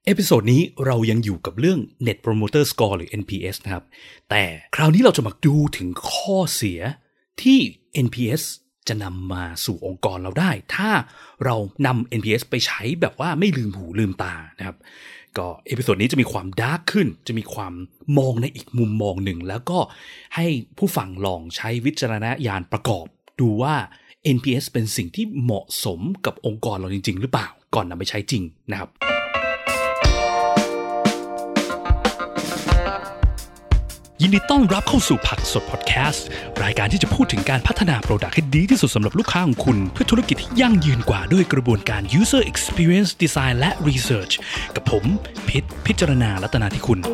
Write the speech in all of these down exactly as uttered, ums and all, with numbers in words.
เอพิโซดนี้เรายังอยู่กับเรื่อง Net Promoter Score หรือ เอ็น พี เอส นะครับแต่คราวนี้เราจะมาดูถึงข้อเสียที่ เอ็น พี เอส จะนำมาสู่องค์กรเราได้ถ้าเรานำ เอ็น พี เอส ไปใช้แบบว่าไม่ลืมหูลืมตานะครับก็เอพิโซดนี้จะมีความดาร์กขึ้นจะมีความมองในอีกมุมมองหนึ่งแล้วก็ให้ผู้ฟังลองใช้วิจารณญาณประกอบดูว่า เอ็น พี เอส เป็นสิ่งที่เหมาะสมกับองค์กรเราจริงๆหรือเปล่าก่อนนำไปใช้จริงนะครับยินดีต้อนรับเข้าสู่ผักสดพอดแคสต์รายการที่จะพูดถึงการพัฒนาโปรดักต์ให้ดีที่สุดสำหรับลูกค้าของคุณเพื่อธุรกิจที่ยั่งยืนกว่าด้วยกระบวนการ user experience design และ research กับผมพิษพิจารณารัตนาธิคุณ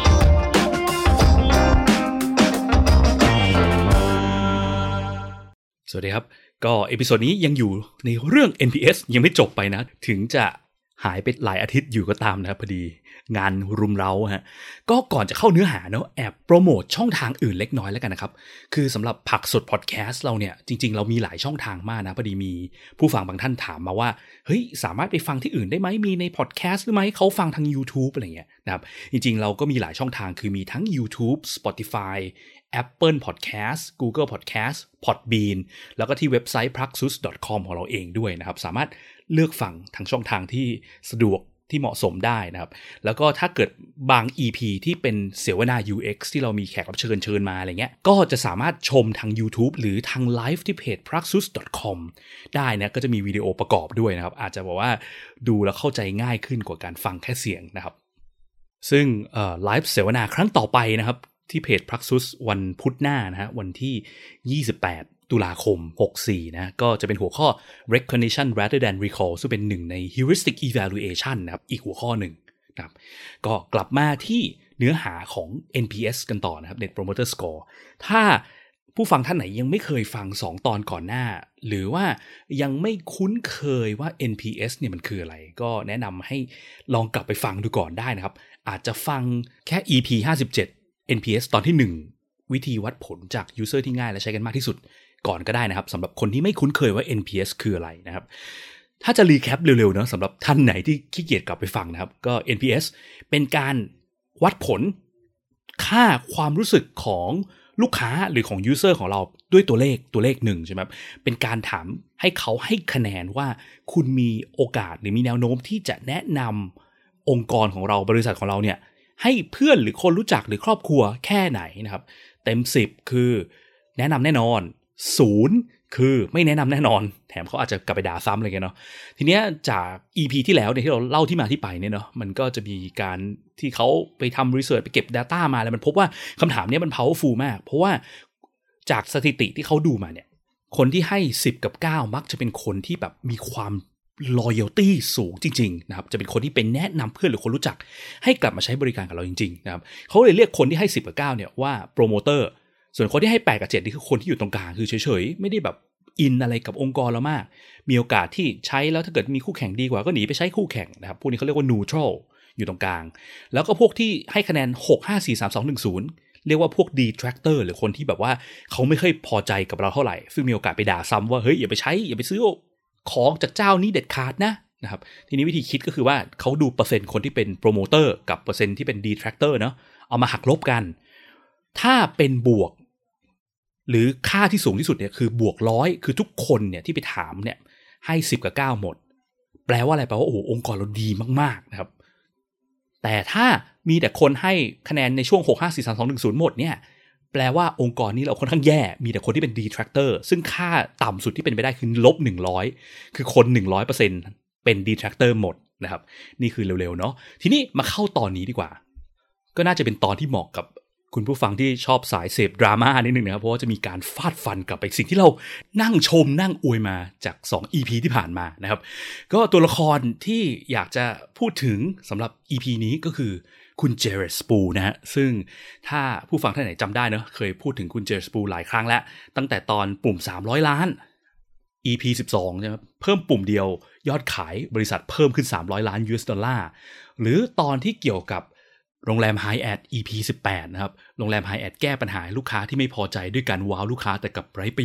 สวัสดีครับก็เอพิโซดนี้ยังอยู่ในเรื่อง เอ็น พี เอส ยังไม่จบไปนะถึงจะหายไปหลายอาทิตย์อยู่ก็ตามนะครับพอดีงานรุมเร้าฮะก็ก่อนจะเข้าเนื้อหาเนาะแอบโปรโมทช่องทางอื่นเล็กน้อยแล้วกันนะครับคือสำหรับผักสดพอดแคสต์เราเนี่ยจริงๆเรามีหลายช่องทางมากนะพอดีมีผู้ฟังบางท่านถามมาว่าเฮ้ยสามารถไปฟังที่อื่นได้ไหมมีในพอดแคสต์หรือไหมเขาฟังทาง YouTube อะไรเงี้ยนะครับจริงๆเราก็มีหลายช่องทางคือมีทั้ง YouTube Spotify Apple Podcast Google Podcast Podbean แล้วก็ที่เว็บไซต์ พลักซุส ดอท คอม ของเราเองด้วยนะครับสามารถเลือกฟังทางช่องทางที่สะดวกที่เหมาะสมได้นะครับแล้วก็ถ้าเกิดบาง อี พี ที่เป็นเสวนา ยู เอ็กซ์ ที่เรามีแขกรับเชิญเชิญมาอะไรเงี้ยก็จะสามารถชมทาง YouTube หรือทางไลฟ์ที่เพจ พลักซุส ดอท คอม ได้นะก็จะมีวิดีโอประกอบด้วยนะครับอาจจะบอกว่าดูแล้วเข้าใจง่ายขึ้นกว่าการฟังแค่เสียงนะครับซึ่งเอ่อไลฟ์เสวนาครั้งต่อไปนะครับที่เพจ พลักซุส วันพุธหน้านะฮะวันที่ยี่สิบแปดตุลาคมหกสิบสี่นะก็จะเป็นหัวข้อ recognition rather than recall ซึ่งเป็นหนึ่งใน heuristic evaluation นะครับอีกหัวข้อหนึ่งนะครับก็กลับมาที่เนื้อหาของ เอ็น พี เอส กันต่อนะครับ Net Promoter Score ถ้าผู้ฟังท่านไหนยังไม่เคยฟังสองตอนก่อนหน้าหรือว่ายังไม่คุ้นเคยว่า เอ็น พี เอส เนี่ยมันคืออะไรก็แนะนำให้ลองกลับไปฟังดูก่อนได้นะครับอาจจะฟังแค่ อี พี ห้าสิบเจ็ด เอ็น พี เอส ตอนที่หนึ่งวิธีวัดผลจาก user ที่ง่ายและใช้กันมากที่สุดก่อนก็ได้นะครับสำหรับคนที่ไม่คุ้นเคยว่า เอ็น พี เอส คืออะไรนะครับถ้าจะรีแคปเร็วๆเนาะสำหรับท่านไหนที่ขี้เกียจกลับไปฟังนะครับก็ เอ็น พี เอส เป็นการวัดผลค่าความรู้สึกของลูกค้าหรือของ user ของเราด้วยตัวเลขตัวเลขหนึ่งใช่ไหมเป็นการถามให้เขาให้คะแนนว่าคุณมีโอกาสหรือมีแนวโน้มที่จะแนะนำองค์กรของเราบริษัทของเราเนี่ยให้เพื่อนหรือคนรู้จักหรือครอบครัวแค่ไหนนะครับเต็มสิบคือแนะนำแน่นอนศูนย์คือไม่แนะนำแน่นอนแถมเขาอาจจะกลับไปด่าซ้ำอะไรเงี้ยเนาะทีเนี้ยจาก อี พี ที่แล้วเนี่ยที่เราเล่าที่มาที่ไปเนี่ยเนาะมันก็จะมีการที่เขาไปทำรีเสิร์ชไปเก็บ data มาแล้วมันพบว่าคำถามนี้มัน powerful มากเพราะว่าจากสถิติที่เขาดูมาเนี่ยคนที่ให้สิบกับเก้ามักจะเป็นคนที่แบบมีความ loyalty สูงจริงๆนะครับจะเป็นคนที่เป็นแนะนำเพื่อนหรือคนรู้จักให้กลับมาใช้บริการกับเราจริงๆนะครับเขาเลยเรียกคนที่ให้สิบกับเก้าเนี่ยว่า promoterส่วนคนที่ให้แปดกับเจ็ดนี่คือคนที่อยู่ตรงกลางคือเฉยๆไม่ได้แบบอินอะไรกับองค์กรเรามากมีโอกาสที่ใช้แล้วถ้าเกิดมีคู่แข่งดีกว่าก็หนีไปใช้คู่แข่งนะครับพวกนี้เขาเรียกว่า neutral อยู่ตรงกลางแล้วก็พวกที่ให้คะแนนหก ห้า สี่ สาม สอง หนึ่ง ศูนย์เรียกว่าพวก detractor หรือคนที่แบบว่าเขาไม่ค่อยพอใจกับเราเท่าไหร่ซึ่งมีโอกาสไปด่าซ้ำว่าเฮ้ยอย่าไปใช้อย่าไปซื้อของจากเจ้านี้เด็ดขาดนะนะครับทีนี้วิธีคิดก็คือว่าเขาดูเปอร์เซ็นต์คนที่เป็น promoter กับเปอร์เซ็นต์ที่เป็น detractor เนาะเอามาหักลบกันถ้าเป็นบวกหรือค่าที่สูงที่สุดเนี่ยคือบวกร้อยคือทุกคนเนี่ยที่ไปถามเนี่ยให้สิบกับเก้าหมดแปลว่าอะไรแปลว่าโอ้โหองค์กรเราดีมากๆนะครับแต่ถ้ามีแต่คนให้คะแนนในช่วงหก ห้า สี่ สาม สอง หนึ่ง ศูนย์หมดเนี่ยแปลว่าองค์กรนี้เราค่อนข้างแย่มีแต่คนที่เป็น detractor ซึ่งค่าต่ำสุดที่เป็นไปได้คือลบหนึ่งร้อยคือคน หนึ่งร้อยเปอร์เซ็นต์ เป็น detractor หมดนะครับนี่คือเร็วๆเนาะทีนี้มาเข้าตอนนี้ดีกว่าก็น่าจะเป็นตอนที่เหมาะกับคุณผู้ฟังที่ชอบสายเสพดราม่านิดนึงนะครับเพราะว่าจะมีการฟาดฟันกับไปสิ่งที่เรานั่งชมนั่งอวยมาจากสอง อี พี ที่ผ่านมานะครับก็ตัวละครที่อยากจะพูดถึงสำหรับ อี พี นี้ก็คือคุณเจเรต สปูนะฮะซึ่งถ้าผู้ฟังท่านไหนจำได้เนอะเคยพูดถึงคุณเจเรต สปูหลายครั้งแล้วตั้งแต่ตอนปุ่มสามร้อยล้าน อี พี สิบสองใช่ไหมเพิ่มปุ่มเดียวยอดขายบริษัทเพิ่มขึ้นสามร้อยล้าน ยู เอส ดอลลาร์หรือตอนที่เกี่ยวกับโรงแรม Hyatt อี พี สิบแปดนะครับโรงแรม Hyatt แก้ปัญหาลูกค้าที่ไม่พอใจด้วยการว้าวลูกค้าแต่กับไร้ประโยชน์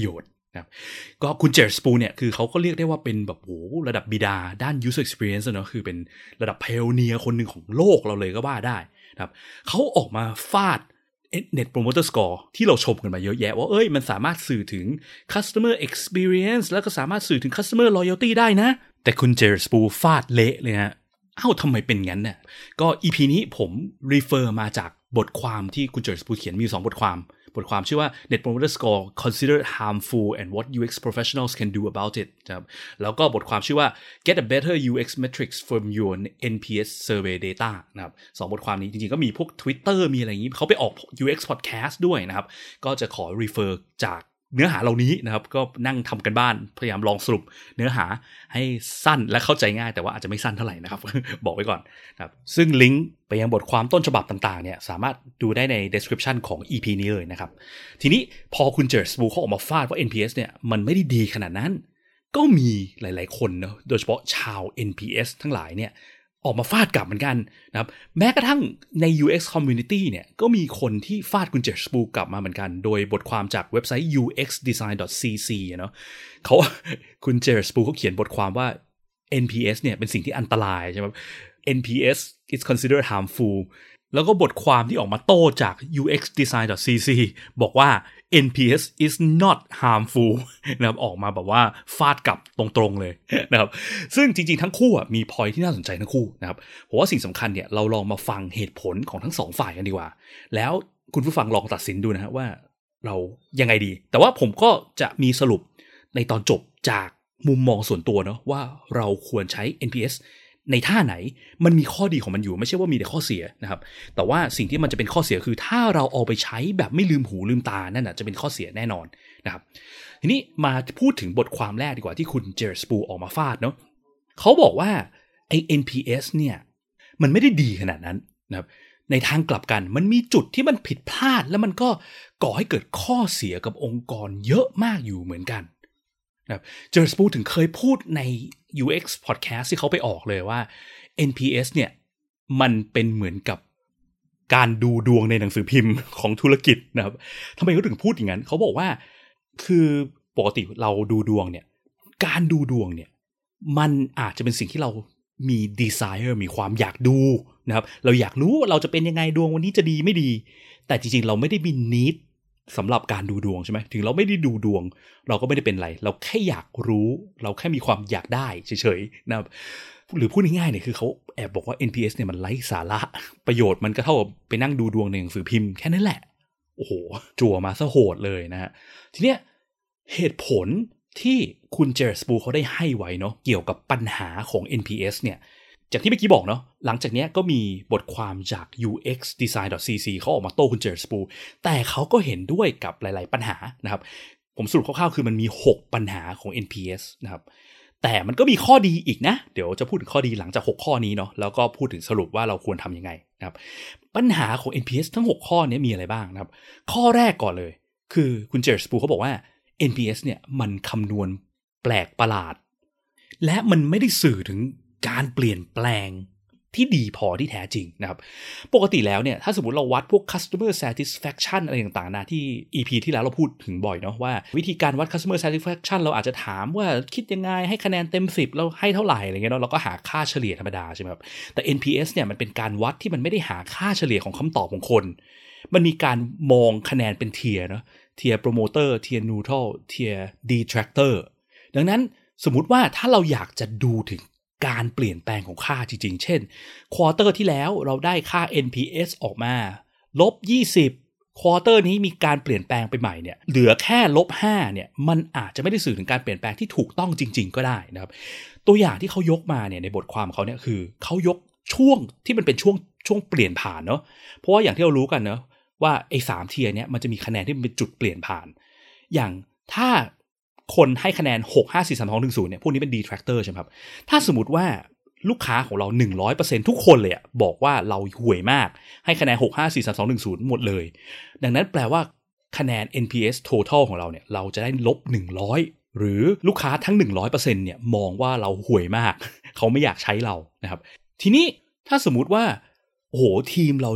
นะครับก็คุณเจอร์สปูเนี่ยคือเขาก็เรียกได้ว่าเป็นแบบโหระดับบิดาด้าน user experience เนาะคือเป็นระดับ pioneer คนหนึ่งของโลกเราเลยก็ว่าได้นะครับเขาออกมาฟาด Net Promoter Score ที่เราชมกันมาเยอะแยะว่าเอ้ยมันสามารถสื่อถึง customer experience แล้วก็สามารถสื่อถึง customer loyalty ได้นะแต่คุณเจอร์สปูฟาดเละเลยฮะอ้าวทำไมเป็นงั้นเนี่ยก็ อี พี นี้ผม refer มาจากบทความที่คุณเจอร์สปูเขียนมีสองบทความบทความชื่อว่า Net Promoter Score Considered Harmful and What ยู เอ็กซ์ Professionals Can Do About It ครับแล้วก็บทความชื่อว่า Get a Better ยู เอ็กซ์ Metrics from Your เอ็น พี เอส Survey Data นะครับสองบทความนี้จริงๆก็มีพวก Twitter มีอะไรอย่างนี้เขาไปออก ยู เอ็กซ์ Podcast ด้วยนะครับก็จะขอ refer จากเนื้อหาเหล่านี้นะครับก็นั่งทำกันบ้านพยายามลองสรุปเนื้อหาให้สั้นและเข้าใจง่ายแต่ว่าอาจจะไม่สั้นเท่าไหร่นะครับ บอกไว้ก่อนนะครับซึ่งลิงก์ไปยังบทความต้นฉบับต่างๆเนี่ยสามารถดูได้ใน description ของ อี พี นี้เลยนะครับทีนี้พอคุณเจอร์สปูเขาออกมาฟาดว่า เอ็น พี เอส เนี่ยมันไม่ได้ดีขนาดนั้นก็มีหลายๆคนเนาะโดยเฉพาะชาว เอ็น พี เอส ทั้งหลายเนี่ยออกมาฟาดกลับเหมือนกันนะครับแม้กระทั่งใน ยู เอ็กซ์ Community เนี่ยก็มีคนที่ฟาดคุณเจอร์สปูกลับมาเหมือนกันโดยบทความจากเว็บไซต์ ยู เอ็กซ์ ดีไซน์ ดอท ซี ซี เนาะเขาคุณเจอร์สปูเขาเขียนบทความว่า เอ็น พี เอส เนี่ยเป็นสิ่งที่อันตรายใช่ไหม เอ็น พี เอส is considered harmful แล้วก็บทความที่ออกมาโต้จาก ยู เอ็กซ์ ดีไซน์ ดอท ซี ซี บอกว่า เอ็น พี เอส is not harmful นะครับออกมาแบบว่าฟาดกลับตรงๆเลยนะครับซึ่งจริงๆทั้งคู่มี point ที่น่าสนใจทั้งคู่นะครับเพราะว่าสิ่งสำคัญเนี่ยเราลองมาฟังเหตุผลของทั้งสองฝ่ายกันดีกว่าแล้วคุณผู้ฟังลองตัดสินดูนะฮะว่าเรายังไงดีแต่ว่าผมก็จะมีสรุปในตอนจบจากมุมมองส่วนตัวเนาะว่าเราควรใช้ เอ็น พี เอสในท่าไหนมันมีข้อดีของมันอยู่ไม่ใช่ว่ามีแต่ข้อเสียนะครับแต่ว่าสิ่งที่มันจะเป็นข้อเสียคือถ้าเราเอาไปใช้แบบไม่ลืมหูลืมตานั่นน่ะจะเป็นข้อเสียแน่นอนนะครับทีนี้มาพูดถึงบทความแรกดีกว่าที่คุณเจอร์สปูออกมาฟาดเนาะเขาบอกว่าไอ้ เอ็น พี เอส เนี่ยมันไม่ได้ดีขนาดนั้นนะครับในทางกลับกันมันมีจุดที่มันผิดพลาดแล้วมันก็ก่อให้เกิดข้อเสียกับองค์กรเยอะมากอยู่เหมือนกันเจอร์สปูถึงเคยพูดใน ยู เอ็กซ์ Podcast ที่เขาไปออกเลยว่า เอ็น พี เอส เนี่ยมันเป็นเหมือนกับการดูดวงในหนังสือพิมพ์ของธุรกิจนะครับทำไมเขาถึงพูดอย่างนั้นเขาบอกว่าคือปกติเราดูดวงเนี่ยการดูดวงเนี่ยมันอาจจะเป็นสิ่งที่เรามี desire มีความอยากดูนะครับเราอยากรู้ว่าเราจะเป็นยังไงดวงวันนี้จะดีไม่ดีแต่จริงๆเราไม่ได้มี needสำหรับการดูดวงใช่ไหมถึงเราไม่ได้ดูดวงเราก็ไม่ได้เป็นไรเราแค่อยากรู้เราแค่มีความอยากได้เฉยๆนะครับหรือพูดง่ายๆเนี่ยคือเขาแอบบอกว่า เอ็น พี เอส เนี่ยมันไร้สาระประโยชน์มันก็เท่ากับไปนั่งดูดวงในหนังสือพิมพ์แค่นั้นแหละโอ้โหจั่วมาซะโหดเลยนะฮะทีเนี้ยเหตุผลที่คุณเจอร์สปูเขาได้ให้ไว้เนาะเกี่ยวกับปัญหาของ เอ็น พี เอส เนี่ยจากที่เมื่อกี้บอกเนาะหลังจากนี้ก็มีบทความจาก ยู เอ็กซ์ ดีไซน์ ดอท ซี ซี เขาออกมาโต้คุณเจอร์สปูแต่เขาก็เห็นด้วยกับหลายๆปัญหานะครับผมสรุปคร่าวๆคือมันมีหกปัญหาของ เอ็น พี เอส นะครับแต่มันก็มีข้อดีอีกนะเดี๋ยวจะพูดถึงข้อดีหลังจากหกข้อนี้เนาะแล้วก็พูดถึงสรุปว่าเราควรทำยังไงนะครับปัญหาของ เอ็น พี เอส ทั้งหกข้อนี้มีอะไรบ้างนะครับข้อแรกก่อนเลยคือคุณเจอร์สปูเขาบอกว่า เอ็น พี เอส เนี่ยมันคำนวณแปลกประหลาดและมันไม่ได้สื่อถึงการเปลี่ยนแปลงที่ดีพอที่แท้จริงนะครับปกติแล้วเนี่ยถ้าสมมติเราวัดพวก customer satisfaction อะไรต่างๆนะที่ อี พี ที่แล้วเราพูดถึงบ่อยเนาะว่าวิธีการวัด customer satisfaction เราอาจจะถามว่าคิดยังไงให้คะแนนเต็มสิบเราให้เท่าไหร่อะไรเงี้ยเนาะเราก็หาค่าเฉลี่ยธรรมดาใช่ไหมครับแต่ เอ็น พี เอส เนี่ยมันเป็นการวัดที่มันไม่ได้หาค่าเฉลี่ยของคำตอบของคนมันมีการมองคะแนนเป็นเทียร์เนาะเทียร์ promoter เทียร์ neutral เทียร์ detractor ดังนั้นสมมุติว่าถ้าเราอยากจะดูถึงการเปลี่ยนแปลงของค่าจริงๆเช่นควอเตอร์ที่แล้วเราได้ค่า เอ็น พี เอส ออกมาลบยี่สิบควอเตอร์นี้มีการเปลี่ยนแปลงไปใหม่เนี่ยเหลือแค่ลบห้าเนี่ยมันอาจจะไม่ได้สื่อถึงการเปลี่ยนแปลงที่ถูกต้องจริงๆก็ได้นะครับตัวอย่างที่เขายกมาเนี่ยในบทความเขาเนี่ยคือเขายกช่วงที่มันเป็นช่วงช่วงเปลี่ยนผ่านเนาะเพราะว่าอย่างที่เรารู้กันเนาะว่าไอ้สามเทียร์เนี่ยมันจะมีคะแนนที่มันเป็นจุดเปลี่ยนผ่านอย่างถ้าคนให้คะแนนหก ห้า สี่ สาม สอง หนึ่ง ศูนย์เนี่ยพวกนี้เป็น detractor ใช่ไหมครับถ้าสมมุติว่าลูกค้าของเรา หนึ่งร้อยเปอร์เซ็นต์ ทุกคนเลยอ่ะบอกว่าเราห่วยมากให้คะแนนหก ห้า สี่ สาม สอง หนึ่ง ศูนย์หมดเลยดังนั้นแปลว่าคะแนน เอ็น พี เอส total ของเราเนี่ยเราจะได้ลบหนึ่งร้อยหรือลูกค้าทั้ง หนึ่งร้อยเปอร์เซ็นต์ เนี่ยมองว่าเราห่วยมากเขาไม่อยากใช้เรานะครับทีนี้ถ้าสมมุติว่าโอ้โหทีมเราเนี่ย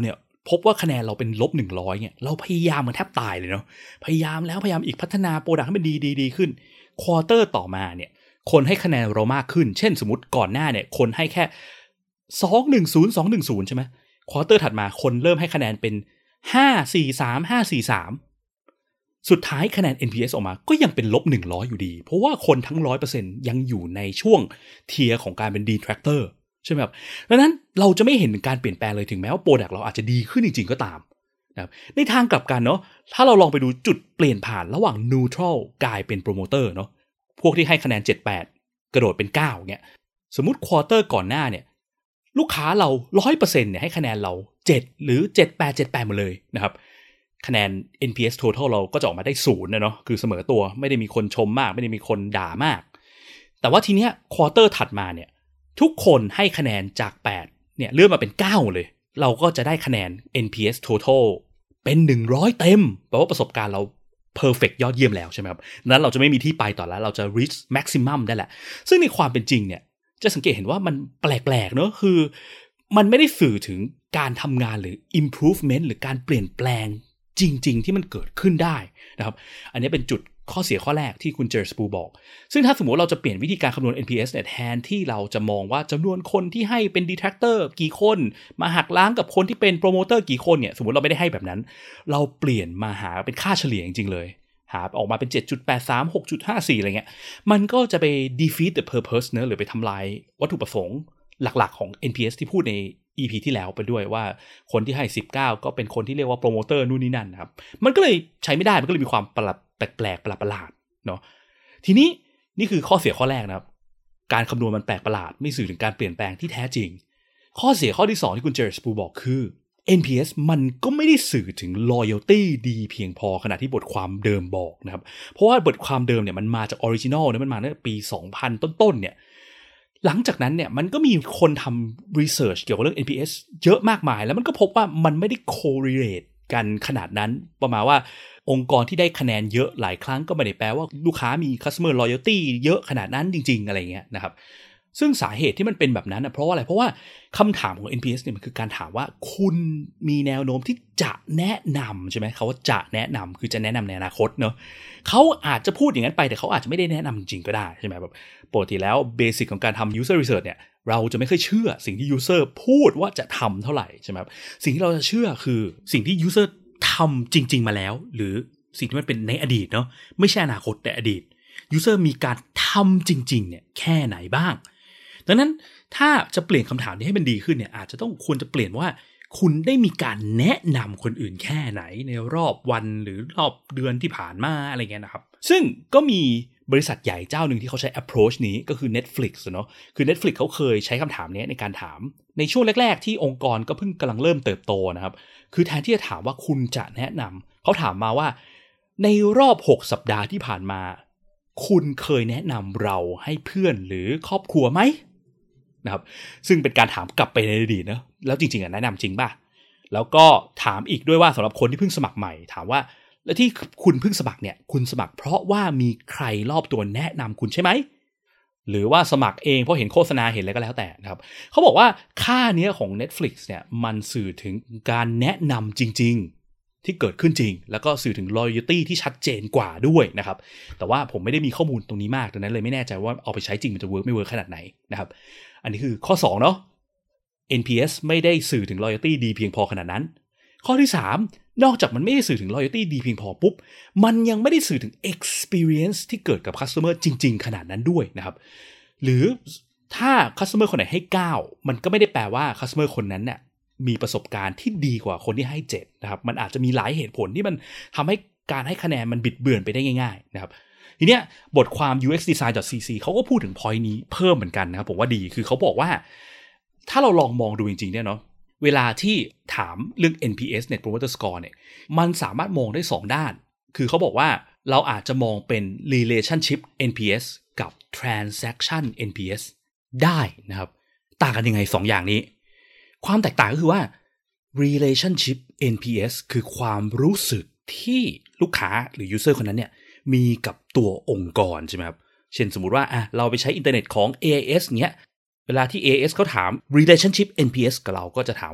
พบว่าคะแนนเราเป็นลบหนึ่งร้อยเนี่ยเราพยายามมันแทบตายเลยเนาะพยายามแล้วพยายามอีกพัฒนาโปรดักต์ให้มันดีๆดีขึ้นควอเตอร์ต่อมาเนี่ยคนให้คะแนนเรามากขึ้นเช่นสมมติก่อนหน้าเนี่ยคนให้แค่สองหนึ่งศูนย์ สองหนึ่งศูนย์ใช่มั้ยควอเตอร์ถัดมาคนเริ่มให้คะแนนเป็นห้าสี่สาม ห้าสี่สามสุดท้ายคะแนน เอ็น พี เอส ออกมาก็ยังเป็นลบหนึ่งร้อยอยู่ดีเพราะว่าคนทั้ง หนึ่งร้อยเปอร์เซ็นต์ ยังอยู่ในช่วงเทียร์ของการเป็น detractor ใช่ไหมครับดังนั้นเราจะไม่เห็นการเปลี่ยนแปลงเลยถึงแม้ว่าโปรดักต์เราอาจจะดีขึ้นจริงๆก็ตามนะครับในทางกลับกันเนาะถ้าเราลองไปดูจุดเปลี่ยนผ่านระหว่าง neutral กลายเป็น promoter เนาะพวกที่ให้คะแนนเจ็ด แปดกระโดดเป็นเก้าเนี่ยสมมุติควอเตอร์ก่อนหน้าเนี่ยลูกค้าเรา หนึ่งร้อยเปอร์เซ็นต์ เนี่ยให้คะแนนเราเจ็ดหรือเจ็ด แปด เจ็ด แปดหมดเลยนะครับคะแนน เอ็น พี เอส total เราก็จะออกมาได้ศูนย์นะเนาะคือเสมอตัวไม่ได้มีคนชมมากไม่ได้มีคนด่ามากแต่ว่าทีเนี้ยควอเตอร์ถัดมาเนี่ยทุกคนให้คะแนนจากแปดเนี่ยเลื่อนมาเป็นเก้าเลยเราก็จะได้คะแนน เอ็น พี เอส total เป็นหนึ่งร้อยเต็มแปลว่าประสบการณ์เรา perfect ยอดเยี่ยมแล้วใช่ไหมครับนั้นเราจะไม่มีที่ไปต่อแล้วเราจะ reach maximum ได้แหละซึ่งในความเป็นจริงเนี่ยจะสังเกตเห็นว่ามันแปลกๆเนอะคือมันไม่ได้สื่อถึงการทำงานหรือ improvement หรือการเปลี่ยนแปลงจริงๆที่มันเกิดขึ้นได้นะครับอันนี้เป็นจุดข้อเสียข้อแรกที่คุณเจอร์สปูบอกซึ่งถ้าสมมติเราจะเปลี่ยนวิธีการคำนวณ เอ็น พี เอส เนี่ยแทนที่เราจะมองว่าจำนวนคนที่ให้เป็น detractor กี่คนมาหักล้างกับคนที่เป็น promoter กี่คนเนี่ยสมมติเราไม่ได้ให้แบบนั้นเราเปลี่ยนมาหาเป็นค่าเฉลี่ยจริงๆเลยหาออกมาเป็น เจ็ดจุดแปดสาม หกจุดห้าสี่ อะไรเงี้ยมันก็จะไป defeat the purpose เนอะหรือไปทำลายวัตถุประสงค์หลักๆของ เอ็น พี เอส ที่พูดใน อี พี ที่แล้วไปด้วยว่าคนที่ให้สิบเก้าก็เป็นคนที่เรียกว่าโปรโมเตอร์นู่นนี่นั่นนะครับมันก็เลยใช้ไม่ได้มันก็เลยมีความประหลาดแปลกๆประหลาดๆเนาะทีนี้นี่คือข้อเสียข้อแรกนะครับการคำนวณมันแปลกประหลาดไม่สื่อถึงการเปลี่ยนแปลงที่แท้จริงข้อเสียข้อที่สองที่คุณเจอร์สปูบอกคือ เอ็น พี เอส มันก็ไม่ได้สื่อถึง loyalty ดีเพียงพอขณะที่บทความเดิมบอกนะครับเพราะว่าบทความเดิมเนี่ยมันมาจาก original เนี่ยมันมาตั้งแต่ปีสองพันต้นๆเนี่ยหลังจากนั้นเนี่ยมันก็มีคนทำ research เกี่ยวกับเรื่อง เอ็น พี เอส เยอะมากมายแล้วมันก็พบว่ามันไม่ได้ correlate กันขนาดนั้นประมาณว่าองค์กรที่ได้คะแนนเยอะหลายครั้งก็ไม่ได้แปลว่าลูกค้ามี customer loyalty เยอะขนาดนั้นจริงๆอะไรเงี้ยนะครับซึ่งสาเหตุที่มันเป็นแบบนั้นนะเพราะว่าอะไรเพราะว่าคำถามของ เอ็น พี เอส เนี่ยมันคือการถามว่าคุณมีแนวโน้มที่จะแนะนำใช่ไหมเขาว่าจะแนะนำคือจะแนะนำในอนาคตเนอะเขาอาจจะพูดอย่างนั้นไปแต่เขาอาจจะไม่ได้แนะนำจริงๆก็ได้ใช่ไหมแบบปกติแล้วเบสิกของการทำ user research เนี่ยเราจะไม่ค่อยเชื่อสิ่งที่ user พูดว่าจะทำเท่าไหร่ใช่ไหมครับสิ่งที่เราจะเชื่อคือสิ่งที่ user ทำจริงๆมาแล้วหรือสิ่งที่มันเป็นในอดีตเนาะไม่ใช่อนาคตแต่อดีต user มีการทำจริงๆเนี่ยแค่ไหนบ้างดังนั้นถ้าจะเปลี่ยนคำถามนี้ให้มันดีขึ้นเนี่ยอาจจะต้องควรจะเปลี่ยนว่าคุณได้มีการแนะนำคนอื่นแค่ไหนในรอบวันหรือรอบเดือนที่ผ่านมาอะไรเงี้ยนะครับซึ่งก็มีบริษัทใหญ่เจ้าหนึ่งที่เขาใช้ approach นี้ก็คือ Netflix เนาะคือ Netflix เขาเคยใช้คำถามนี้ในการถามในช่วงแรกๆที่องค์กรก็เพิ่งกำลังเริ่มเติบโตนะครับคือแทนที่จะถามว่าคุณจะแนะนำเขาถามมาว่าในรอบหกสัปดาห์ที่ผ่านมาคุณเคยแนะนำเราให้เพื่อนหรือครอบครัวไหมนะครับซึ่งเป็นการถามกลับไปในอดีตนะแล้วจริงๆอ่ะแนะนำจริงป่ะแล้วก็ถามอีกด้วยว่าสำหรับคนที่เพิ่งสมัครใหม่ถามว่าแล้วที่คุณเพิ่งสมัครเนี่ยคุณสมัครเพราะว่ามีใครรอบตัวแนะนำคุณใช่ไหมหรือว่าสมัครเองเพราะเห็นโฆษณาเห็นอะไรก็แล้วแต่นะครับเขาบอกว่าค่านี้ของ Netflix เนี่ยมันสื่อถึงการแนะนำจริงๆที่เกิดขึ้นจริงแล้วก็สื่อถึง loyalty ที่ชัดเจนกว่าด้วยนะครับแต่ว่าผมไม่ได้มีข้อมูลตรงนี้มากดังนั้นเลยไม่แน่ใจว่าเอาไปใช้จริงมันจะเวิร์กไม่เวิร์กขนาดไหนนะครับอันนี้คือข้อสองเนาะ เอ็น พี เอส ไม่ได้สื่อถึง loyalty ดีเพียงพอขนาดนั้นข้อที่สามนอกจากมันไม่ได้สื่อถึง loyalty ดีเพียงพอปุ๊บมันยังไม่ได้สื่อถึง experience ที่เกิดกับ customer จริงๆขนาดนั้นด้วยนะครับหรือถ้า customer คนไหนให้เก้ามันก็ไม่ได้แปลว่า customer คนนั้นเนี่ยมีประสบการณ์ที่ดีกว่าคนที่ให้เจ็ดนะครับมันอาจจะมีหลายเหตุผลที่มันทำให้การให้คะแนนมันบิดเบือนไปได้ง่ายๆนะครับทีเนี้ยบทความ ยู เอ็กซ์ design ดอท ซี ซี เขาก็พูดถึง point นี้เพิ่มเหมือนกันนะครับผมว่าดีคือเขาบอกว่าถ้าเราลองมองดูจริงๆเนี่ยเนาะเวลาที่ถามเรื่อง เอ็น พี เอส Net Promoter Score เนี่ยมันสามารถมองได้สองด้านคือเขาบอกว่าเราอาจจะมองเป็น relationship เอ็น พี เอส กับ transaction เอ็น พี เอส ได้นะครับต่างกันยังไงสองอย่างนี้ความแตกต่างก็คือว่า relationship เอ็น พี เอส คือความรู้สึกที่ลูกค้าหรือ user คนนั้นเนี่ยมีกับตัวองค์กรใช่ไหมครับเช่นสมมุติว่าอ่ะเราไปใช้อินเทอร์เน็ตของ เอ ไอ เอส เงี้ยเวลาที่ เอ ไอ เอส เขาถาม relationship เอ็น พี เอส กับเราก็จะถามว่า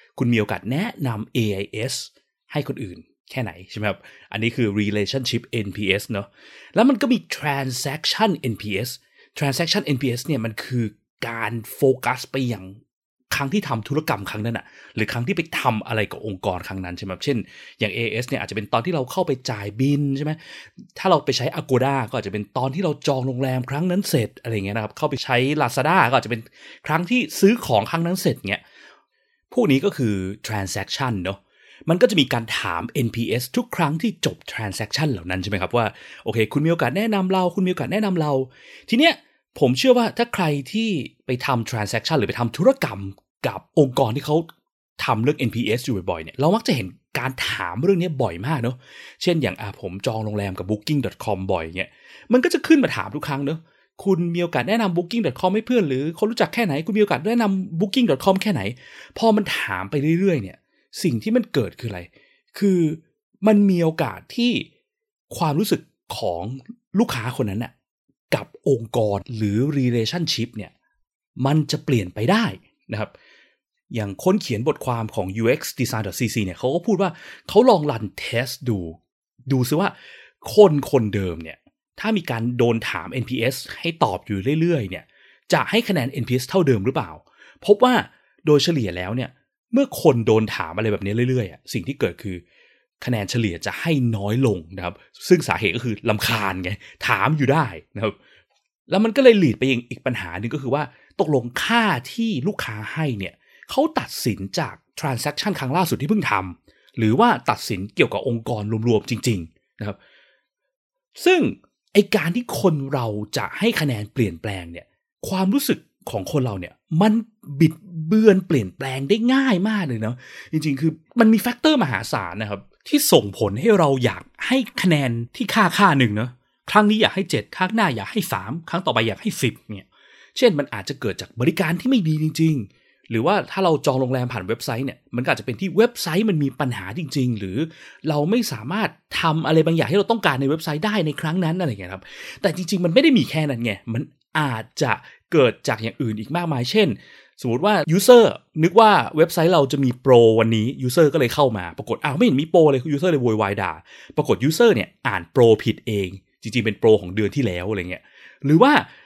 คุณมีโอกาสแนะนำ เอ ไอ เอส ให้คนอื่นแค่ไหนใช่ไหมครับอันนี้คือ relationship เอ็น พี เอส เนาะแล้วมันก็มี transaction เอ็น พี เอส transaction เอ็น พี เอส เนี่ยมันคือการโฟกัสไปอย่างครั้งที่ทำธุรกรรมครั้งนั้นอะหรือครั้งที่ไปทำอะไรกับองค์กรครั้งนั้นใช่ไหมเช่นอย่าง เอ เอส เนี่ยอาจจะเป็นตอนที่เราเข้าไปจ่ายบิลใช่ไหมถ้าเราไปใช้ Agoda ก็อาจจะเป็นตอนที่เราจองโรงแรมครั้งนั้นเสร็จอะไรเงี้ยนะครับเข้าไปใช้ Lazada ก็อาจจะเป็นครั้งที่ซื้อของครั้งนั้นเสร็จเงี้ยพวกนี้ก็คือ transaction เนาะมันก็จะมีการถาม เอ็น พี เอส ทุกครั้งที่จบ transaction เหล่านั้นใช่ไหมครับว่าโอเคคุณมีโอกาสแนะนำเราคุณมีโอกาสแนะนำเราทีเนี้ยผมเชื่อว่าถ้าใครที่ไปทำ transaction หรือไปทำธุรกรรมกับองค์กรที่เขาทำเรื่อง เอ็น พี เอส อยู่บ่อยๆเนี่ยเรามักจะเห็นการถามเรื่องนี้บ่อยมากเนาะเช่นอย่างอ่ะผมจองโรงแรมกับ บุ๊คกิ้ง ดอท คอม บ่อยเงี้ยมันก็จะขึ้นมาถามทุกครั้งเนาะคุณมีโอกาสแนะนำ บุ๊คกิ้ง ดอท คอม ให้เพื่อนหรือคนรู้จักแค่ไหนคุณมีโอกาสแนะนำ บุ๊คกิ้ง ดอท คอม แค่ไหนพอมันถามไปเรื่อยๆเนี่ยสิ่งที่มันเกิดคืออะไรคือมันมีโอกาสที่ความรู้สึกของลูกค้าคนนั้นน่ะกับองค์กรหรือ relationship เนี่ยมันจะเปลี่ยนไปได้นะครับอย่างคนเขียนบทความของ ยู เอ็กซ์ design ดอท ซี ซี เนี่ยเขาก็พูดว่าเขาลองรันเทสดูดูซิว่าคนคนเดิมเนี่ยถ้ามีการโดนถาม เอ็น พี เอส ให้ตอบอยู่เรื่อยๆเนี่ยจะให้คะแนน เอ็น พี เอส เท่าเดิมหรือเปล่าพบว่าโดยเฉลี่ยแล้วเนี่ยเมื่อคนโดนถามอะไรแบบนี้เรื่อยๆสิ่งที่เกิดคือคะแนนเฉลี่ยจะให้น้อยลงนะครับซึ่งสาเหตุก็คือรำคาญไงถามอยู่ได้นะครับแล้วมันก็เลยลีดไปยังอีกปัญหาหนึ่งก็คือว่าตกลงค่าที่ลูกค้าให้เนี่ยเขาตัดสินจาก transaction ครั้งล่าสุดที่เพิ่งทำหรือว่าตัดสินเกี่ยวกับองค์กรรวมๆจริงๆนะครับซึ่งไอการที่คนเราจะให้คะแนนเปลี่ยนแปลงเนี่ยความรู้สึกของคนเราเนี่ยมันบิดเบือนเปลี่ยนแปลงได้ง่ายมากเลยเนาะจริงๆคือมันมีแฟกเตอร์มหาศาลนะครับที่ส่งผลให้เราอยากให้คะแนนที่ค่าค่าหนึ่งเนาะครั้งนี้อยากให้เจ็ดครั้งหน้าอยากให้สามครั้งต่อไปอยากให้สิบเนี่ยเช่นมันอาจจะเกิดจากบริการที่ไม่ดีจริงๆหรือว่าถ้าเราจองโรงแรมผ่านเว็บไซต์เนี่ยมันก็อาจจะเป็นที่เว็บไซต์มันมีปัญหาจริงๆหรือเราไม่สามารถทำอะไรบางอย่างที่เราต้องการในเว็บไซต์ได้ในครั้งนั้นอะไรอย่างเงี้ยครับแต่จริงๆมันไม่ได้มีแค่นั้นไงมันอาจจะเกิดจากอย่างอื่นอีกมากมายเช่นสมมติว่า user นึกว่าเว็บไซต์เราจะมีโปรวันนี้ user ก็เลยเข้ามาปรากฏอ้าวไม่เห็นมีโปรเลย user เลยโวยวายด่าปรากฏ user เนี่ยอ่านโปรผิดเองจริงๆเป็นโปรของเดือนที่แล้วอะไรเงี้ยหรือว่า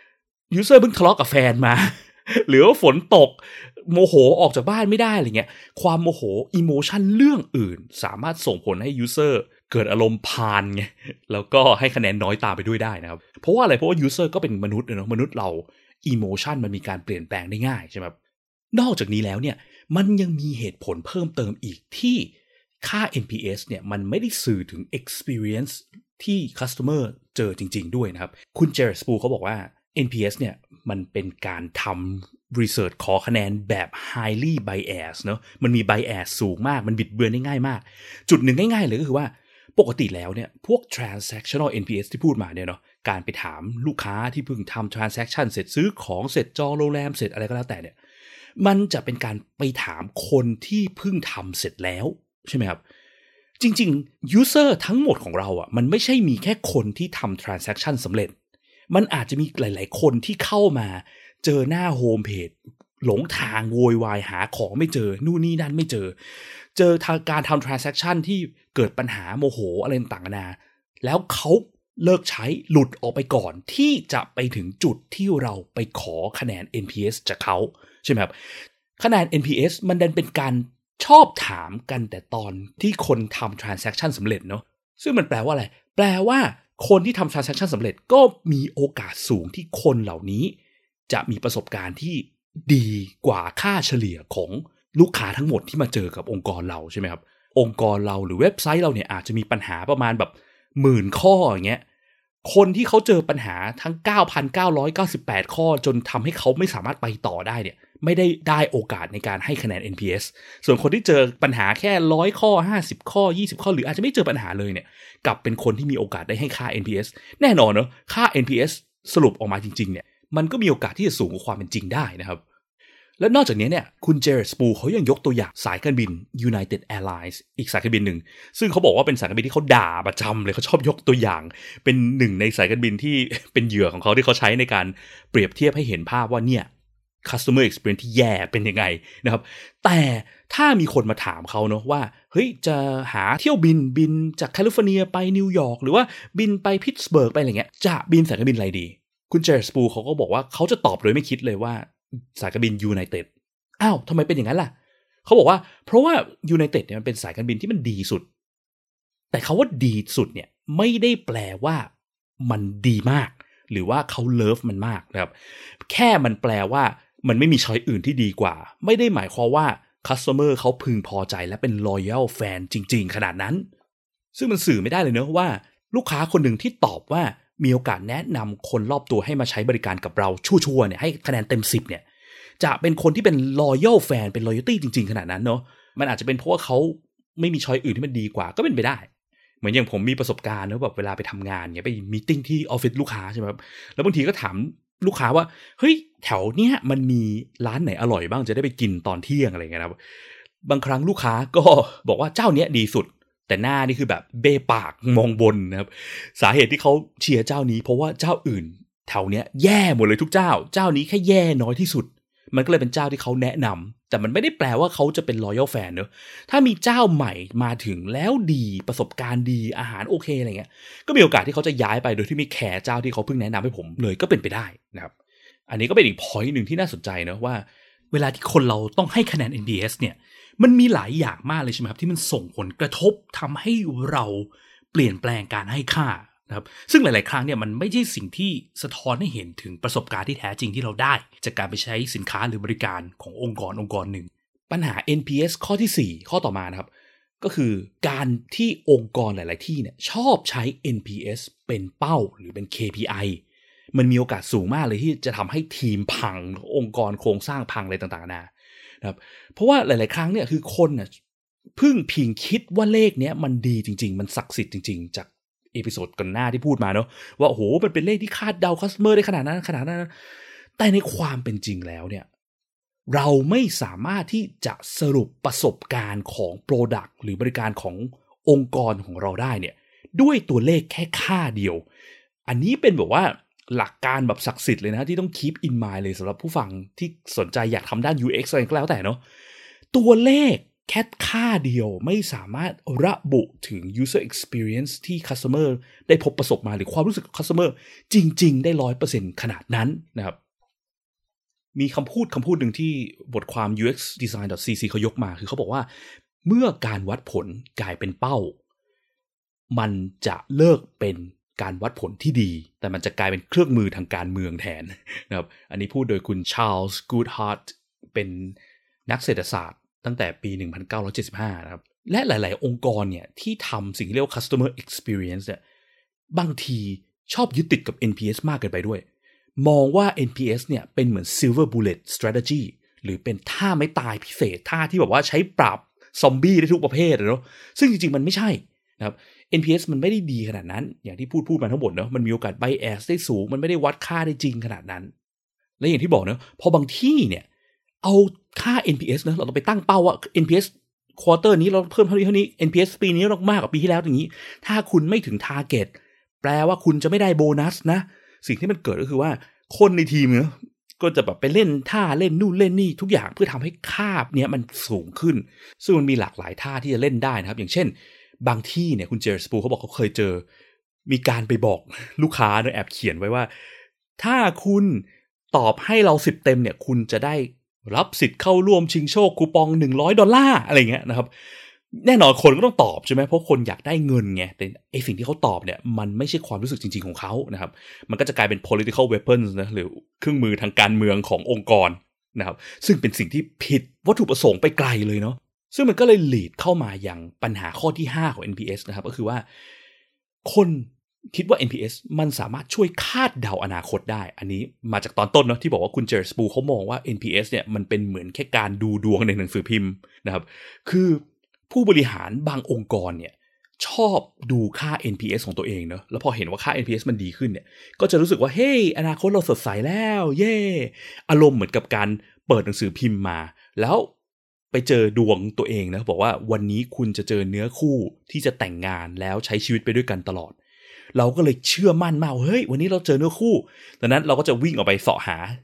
user เพิ่งทะเลาะกับแฟนมา หรือว่าฝนตกโมโหออกจากบ้านไม่ได้อะไรเงี้ยความโมโหอิโมชันเรื่องอื่นสามารถส่งผลให้ user เกิดอารมณ์พาลไงแล้วก็ให้คะแนนน้อยตามไปด้วยได้นะครับเพราะว่าอะไรเพราะว่า user ก็เป็นมนุษย์เนาะมนุษย์เราอิโมชันมันมีการเปลี่ยนแปลงได้ง่ายใช่ไหมนอกจากนี้แล้วเนี่ยมันยังมีเหตุผลเพิ่มเติมอีกที่ค่า เอ็น พี เอส เนี่ยมันไม่ได้สื่อถึง experience ที่ customer เจอจริงๆด้วยนะครับคุณเจอร์สปูเขาบอกว่า เอ็น พี เอส เนี่ยมันเป็นการทำ research ขอคะแนนแบบ highly bias เนาะมันมี bias สูงมากมันบิดเบือนได้ง่ายมากจุดหนึ่งง่ายๆเลยก็คือว่าปกติแล้วเนี่ยพวก transactional เอ็น พี เอส ที่พูดมาเนี่ยเนาะการไปถามลูกค้าที่เพิ่งทำ transaction เสร็จซื้อของเสร็จจองโรงแรมเสร็จอะไรก็แล้วแต่เนี่ยมันจะเป็นการไปถามคนที่เพิ่งทำเสร็จแล้วใช่ไหมครับจริงๆ user ทั้งหมดของเราอ่ะมันไม่ใช่มีแค่คนที่ทำ transaction สำเร็จมันอาจจะมีหลายๆคนที่เข้ามาเจอหน้าโฮมเพจหลงทางโวยวายหาของไม่เจอนู่นนี่นั่นไม่เจอเจอทางการทำ transaction ที่เกิดปัญหาโมโหอะไรต่างๆนานาแล้วเขาเลิกใช้หลุดออกไปก่อนที่จะไปถึงจุดที่เราไปขอคะแนน เอ็น พี เอส จากเขาใช่ไหมครับคะแนน เอ็น พี เอส มันดันเป็นการชอบถามกันแต่ตอนที่คนทำ transaction สำเร็จเนาะซึ่งมันแปลว่าอะไรแปลว่าคนที่ทำ transaction สำเร็จก็มีโอกาสสูงที่คนเหล่านี้จะมีประสบการณ์ที่ดีกว่าค่าเฉลี่ยของลูกค้าทั้งหมดที่มาเจอกับองค์กรเราใช่ไหมครับองค์กรเราหรือเว็บไซต์เราเนี่ยอาจจะมีปัญหาประมาณแบบหมื่นข้ออย่างเงี้ยคนที่เขาเจอปัญหาทั้ง เก้าพันเก้าร้อยเก้าสิบแปด ข้อจนทำให้เขาไม่สามารถไปต่อได้เนี่ยไม่ได้ได้โอกาสในการให้คะแนน เอ็น พี เอส ส่วนคนที่เจอปัญหาแค่หนึ่งร้อยข้อห้าสิบข้อยี่สิบข้อหรืออาจจะไม่เจอปัญหาเลยเนี่ยกลับเป็นคนที่มีโอกาสได้ให้ค่า เอ็น พี เอส แน่นอนเนอะค่า เอ็น พี เอส สรุปออกมาจริงๆเนี่ยมันก็มีโอกาสที่จะสูงกว่าความเป็นจริงได้นะครับและนอกจากนี้เนี่ยคุณเจอร์สปูเขายังยกตัวอย่างสายการบิน United Airlines อีกสายการบินหนึ่งซึ่งเขาบอกว่าเป็นสายการบินที่เขาด่าประจำเลยเขาชอบยกตัวอย่างเป็นหนึ่งในสายการบินที่เป็นเหยื่อของเขาที่เขาใช้ในการเปรียบเทียบให้เห็นภาพว่าเนี่ย customer experience ที่แย่เป็นยังไงนะครับแต่ถ้ามีคนมาถามเขาเนาะว่าเฮ้ยจะหาเที่ยวบินบินจากแคลิฟอร์เนียไปนิวยอร์กหรือว่าบินไปพิตต์สเบิร์กไปอะไรเงี้ยจะบินสายการบินอะไรดีคุณเจอร์สปูเขาก็บอกว่าเขาจะตอบโดยไม่คิดเลยว่าสายการบินยูไนเต็ดอ้าวทำไมเป็นอย่างนั้นล่ะเขาบอกว่าเพราะว่ายูไนเต็ดเนี่ยมันเป็นสายการบินที่มันดีสุดแต่เขาว่าดีสุดเนี่ยไม่ได้แปลว่ามันดีมากหรือว่าเขาเลิฟมันมากนะครับแค่มันแปลว่ามันไม่มีช้อยอื่นที่ดีกว่าไม่ได้หมายความว่าคัสเตอร์เขาพึงพอใจและเป็น loyal fan จริงๆขนาดนั้นซึ่งมันสื่อไม่ได้เลยเนอะว่าลูกค้าคนหนึ่งที่ตอบว่ามีโอกาสแนะนำคนรอบตัวให้มาใช้บริการกับเราชั่วๆเนี่ยให้คะแนนเต็มสิบเนี่ยจะเป็นคนที่เป็น loyal fan เป็น loyalty จริงๆขนาดนั้นเนอะมันอาจจะเป็นเพราะว่าเขาไม่มีช้อยอื่นที่มันดีกว่าก็เป็นไปได้เหมือนอย่างผมมีประสบการณ์นะแบบเวลาไปทำงานเนี่ยไปมีตติ้งที่ออฟฟิศลูกค้าใช่ไหมครับแล้วบางทีก็ถามลูกค้าว่าเฮ้ยแถวเนี้ยมันมีร้านไหนอร่อยบ้างจะได้ไปกินตอนเที่ยงอะไรเงี้ยครับบางครั้งลูกค้าก็บอกว่าเจ้าเนี้ยดีสุดแต่หน้านี่คือแบบเบ้ปากมองบนนะครับสาเหตุที่เขาเชียร์เจ้านี้เพราะว่าเจ้าอื่นแถวเนี้ยแย่หมดเลยทุกเจ้าเจ้านี้แค่แย่น้อยที่สุดมันก็เลยเป็นเจ้าที่เขาแนะนำแต่มันไม่ได้แปลว่าเขาจะเป็น loyal fan เนอะถ้ามีเจ้าใหม่มาถึงแล้วดีประสบการณ์ดีอาหารโอเคอะไรเงี้ยก็มีโอกาสที่เขาจะย้ายไปโดยที่ไม่แคร์เจ้าที่เขาเพิ่งแนะนำให้ผมเลยก็เป็นไปได้นะครับอันนี้ก็เป็นอีก point หนึ่งที่น่าสนใจนะว่าเวลาที่คนเราต้องให้คะแนน เอ็น พี เอส เนี่ยมันมีหลายอย่างมากเลยใช่ไหมครับที่มันส่งผลกระทบทำให้เราเปลี่ยนแปลงการให้ค่านะครับซึ่งหลายๆครั้งเนี่ยมันไม่ใช่สิ่งที่สะท้อนให้เห็นถึงประสบการณ์ที่แท้จริงที่เราได้จากการไปใช้สินค้าหรือบริการขององค์กรองค์กรหนึ่งปัญหา เอ็น พี เอส ข้อที่สี่ข้อต่อมานะครับก็คือการที่องค์กรหลายๆที่เนี่ยชอบใช้ เอ็น พี เอส เป็นเป้าหรือเป็น เค พี ไอ มันมีโอกาสสูงมากเลยที่จะทำให้ทีมพังองค์กรโครงสร้างพังอะไรต่างๆนานานะครับเพราะว่าหลายๆครั้งเนี่ยคือคนน่ะพึ่งพิงคิดว่าเลขเนี้ยมันดีจริงๆมันศักดิ์สิทธิ์จริงๆจากเอพิโซดก่อนหน้าที่พูดมาเนาะว่าโอ้โหมันเป็นเลขที่คาดเดาคัสเตอร์ได้ขนาดนั้นขนาดนั้นแต่ในความเป็นจริงแล้วเนี่ยเราไม่สามารถที่จะสรุปประสบการณ์ของ Product หรือบริการขององค์กรของเราได้เนี่ยด้วยตัวเลขแค่ค่าเดียวอันนี้เป็นแบบว่าหลักการแบบศักดิ์สิทธิ์เลยนะที่ต้อง keep in mind เลยสำหรับผู้ฟังที่สนใจอยากทำด้าน ยู เอ็กซ์ อะไรก็แล้วแต่เนาะตัวเลขแค่ค่าเดียวไม่สามารถระบุถึง user experience ที่ customer ได้พบประสบมาหรือความรู้สึกของ customer จริงๆได้ หนึ่งร้อยเปอร์เซ็นต์ ขนาดนั้นนะครับมีคำพูดคำพูดหนึ่งที่บทความ ยู เอ็กซ์ ดีไซน์ ดอท ซี ซี เขายกมาคือเขาบอกว่าเมื่อการวัดผลกลายเป็นเป้ามันจะเลิกเป็นการวัดผลที่ดีแต่มันจะกลายเป็นเครื่องมือทางการเมืองแทนนะครับอันนี้พูดโดยคุณชาร์ลส์กูดฮาร์ทเป็นนักเศรษฐศาสตร์ตั้งแต่ปีหนึ่งพันเก้าร้อยเจ็ดสิบห้านะครับและหลายๆองค์กรเนี่ยที่ทำสิ่งที่เรียกว่า customer experience เนี่ยบางทีชอบยึดติดกับ เอ็น พี เอส มากเกินไปด้วยมองว่า เอ็น พี เอส เนี่ยเป็นเหมือน silver bullet strategy หรือเป็นท่าไม้ตายพิเศษท่าที่แบบว่าใช้ปราบซอมบี้ได้ทุกประเภทเนาะซึ่งจริงๆมันไม่ใช่นะครับ เอ็น พี เอส มันไม่ได้ดีขนาดนั้นอย่างที่พูดพูดมาทั้งหมดเนาะมันมีโอกาส bias ได้สูงมันไม่ได้วัดค่าได้จริงขนาดนั้นและอย่างที่บอกเนาะพอบางที่เนี่ยเอาค่า เอ็น พี เอส นะเราต้องไปตั้งเป้าว่า เอ็น พี เอส ควอเตอร์นี้เราเพิ่มเท่านี้เท่านี้ เอ็น พี เอส ปีนี้เรามากกว่าปีที่แล้วอย่างนี้ถ้าคุณไม่ถึง target แปลว่าคุณจะไม่ได้โบนัสนะสิ่งที่มันเกิดก็คือว่าคนในทีมเนาะก็จะแบบไปเล่นท่าเล่นนู่นเล่นนี่ทุกอย่างเพื่อทำให้ค่าเนี้ยมันสูงขึ้นซึ่งมันมีหลากหลายท่าที่จะเล่นได้นะครับอย่างเช่นบางที่เนี่ยคุณเจอร์สปูเขาบอกเขาเคยเจอมีการไปบอกลูกค้าเนี่ยแอบเขียนไว้ว่าถ้าคุณตอบให้เราสิบเต็มเนี่ยคุณจะได้รับสิทธิ์เข้าร่วมชิงโชคคูปองหนึ่งร้อยดอลลาร์อะไรเงี้ยนะครับแน่นอนคนก็ต้องตอบใช่ไหมเพราะคนอยากได้เงินไงแต่ไอสิ่งที่เขาตอบเนี่ยมันไม่ใช่ความรู้สึกจริงๆของเขานะครับมันก็จะกลายเป็น political weapons นะหรือเครื่องมือทางการเมืองขององค์กรนะครับซึ่งเป็นสิ่งที่ผิดวัตถุประสงค์ไปไกลเลยเนาะซึ่งมันก็เลย lead เข้ามาอย่างปัญหาข้อที่ห้าของ เอ็น พี เอส นะครับก็คือว่าคนคิดว่า เอ็น พี เอส มันสามารถช่วยคาดเดาอนาคตได้อันนี้มาจากตอนต้นเนาะที่บอกว่าคุณเจอร์สปูเขามองว่า เอ็น พี เอส เนี่ยมันเป็นเหมือนแค่การดูดวงในหนังสือพิมพ์นะครับคือผู้บริหารบางองค์กรเนี่ยชอบดูค่า เอ็น พี เอส ของตัวเองเนาะแล้วพอเห็นว่าค่า เอ็น พี เอส มันดีขึ้นเนี่ยก็จะรู้สึกว่าเฮ้ยอนาคตเราสดใสแล้วเย่อารมณ์เหมือนกับการเปิดหนังสือพิมพ์มาแล้วไปเจอดวงตัวเองนะบอกว่าวันนี้คุณจะเจอเนื้อคู่ที่จะแต่งงานแล้วใช้ชีวิตไปด้วยกันตลอดเราก็เลยเชื่อมั่นมากเฮ้ยวันนี้เราเจอเนื้อคู่ดังนั้นเราก็จะวิ่งออกไปเสาะหา